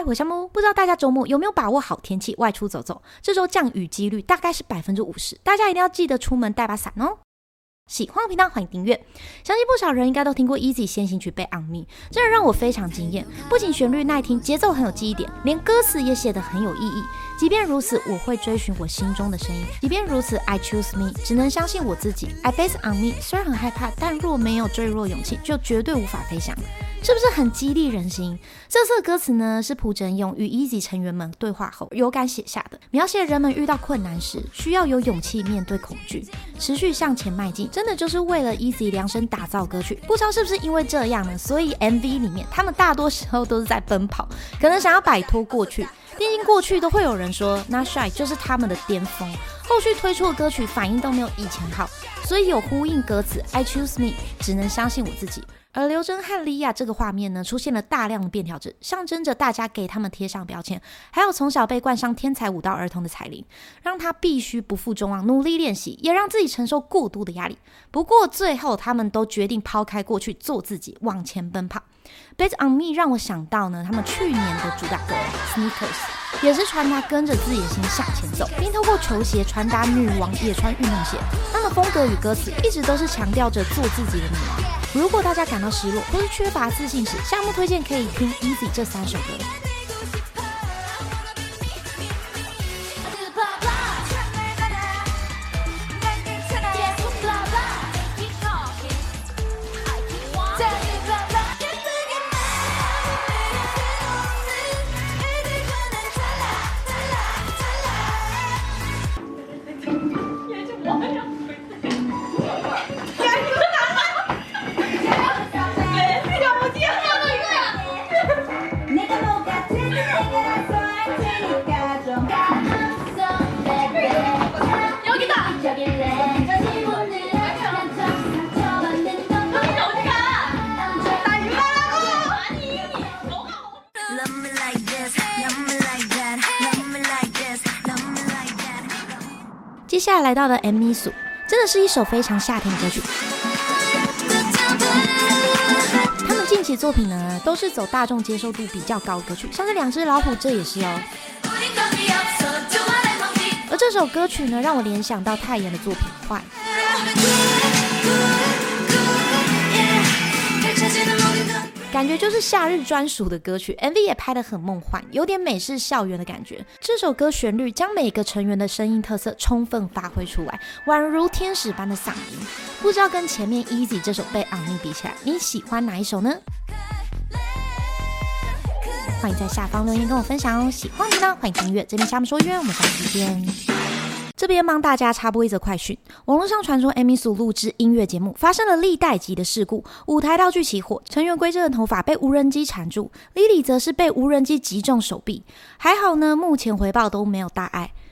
我夏木。不知道大家周末有没有把握好天气外出走走？这周降雨几率大概是50%，大家一定要记得出门带把伞哦。喜欢的频道欢迎订阅。相信不少人应该都听过 Easy 先行曲被 On Me， 真的让我非常惊艳。不仅旋律耐听，节奏很有记忆点，连歌词也写得很有意义。即便如此，我会追寻我心中的声音。即便如此 I choose me， 只能相信我自己。I base on me， 虽然很害怕，但若没有坠落勇气，就绝对无法飞翔。是不是很激励人心？这次的歌词呢，是朴真用与 Easy 成员们对话后有感写下的，描写人们遇到困难时需要有勇气面对恐惧，持续向前迈进，真的就是为了 Easy 量身打造歌曲。不知道是不是因为这样呢，所以 MV 里面他们大多时候都是在奔跑，可能想要摆脱过去。毕竟过去都会有人说 Not Shy 就是他们的巅峰，后续推出的歌曲反应都没有以前好，所以有呼应歌词 I choose me， 只能相信我自己。而刘真和莉亚这个画面呢，出现了大量的便条纸，象征着大家给他们贴上标签。还有从小被冠上天才舞蹈儿童的彩铃，让他必须不负众望，努力练习，也让自己承受过度的压力。不过最后他们都决定抛开过去，做自己，往前奔跑。Based on Me 让我想到呢，他们去年的主打歌 Sneakers 也是传达跟着自己的心向前走，并透过球鞋传达女王也穿运动鞋。他们风格与歌词一直都是强调着做自己的女王。如果大家感到失落或是缺乏自信时，夏目推荐可以听 Easy 这3首歌。接下来来到的 Emisu 真的是一首非常夏天的歌曲。他们近期作品呢，都是走大众接受度比较高的歌曲，像是两只老虎这也是哦。而这首歌曲呢，让我联想到泰妍的作品《坏》，感觉就是夏日专属的歌曲。 MV 也拍得很梦幻，有点美式校园的感觉。这首歌旋律将每个成员的声音特色充分发挥出来，宛如天使般的嗓音。不知道跟前面 Easy 这首被 On Me 比起来，你喜欢哪一首呢？欢迎在下方留言跟我分享哦。喜欢频道欢迎订阅，这边夏目说音乐，我们下期见。这边帮大家插播一则快讯，网络上传说 Emisu 录制音乐节目发生了历代级的事故，舞台道具起火，成员龟真的头发被无人机缠住，Lily 则是被无人机击中手臂。还好呢，目前回报都没有大碍。